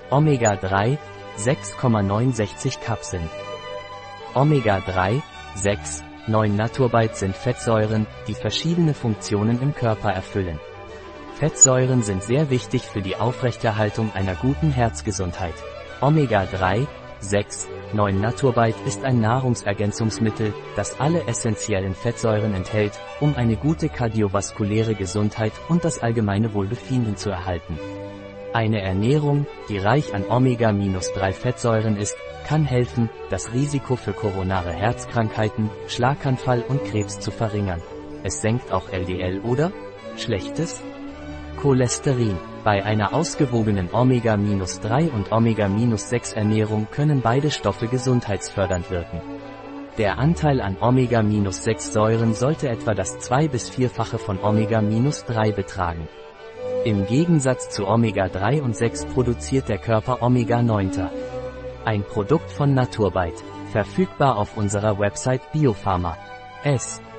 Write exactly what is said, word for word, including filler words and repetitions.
Omega drei, sechs Komma neunundsechzig Kapseln. Omega drei, sechs, neun Naturbite sind Fettsäuren, die verschiedene Funktionen im Körper erfüllen. Fettsäuren sind sehr wichtig für die Aufrechterhaltung einer guten Herzgesundheit. Omega drei, sechs, neun Naturbite ist ein Nahrungsergänzungsmittel, das alle essentiellen Fettsäuren enthält, um eine gute kardiovaskuläre Gesundheit und das allgemeine Wohlbefinden zu erhalten. Eine Ernährung, die reich an Omega drei Fettsäuren ist, kann helfen, das Risiko für koronare Herzkrankheiten, Schlaganfall und Krebs zu verringern. Es senkt auch L D L oder schlechtes Cholesterin. Bei einer ausgewogenen Omega drei und Omega sechs Ernährung können beide Stoffe gesundheitsfördernd wirken. Der Anteil an Omega sechs Säuren sollte etwa das zwei- bis vierfache von Omega drei betragen. Im Gegensatz zu Omega drei und sechs produziert der Körper Omega neun. Ein Produkt von Naturbite, verfügbar auf unserer Website biopharma punkt es.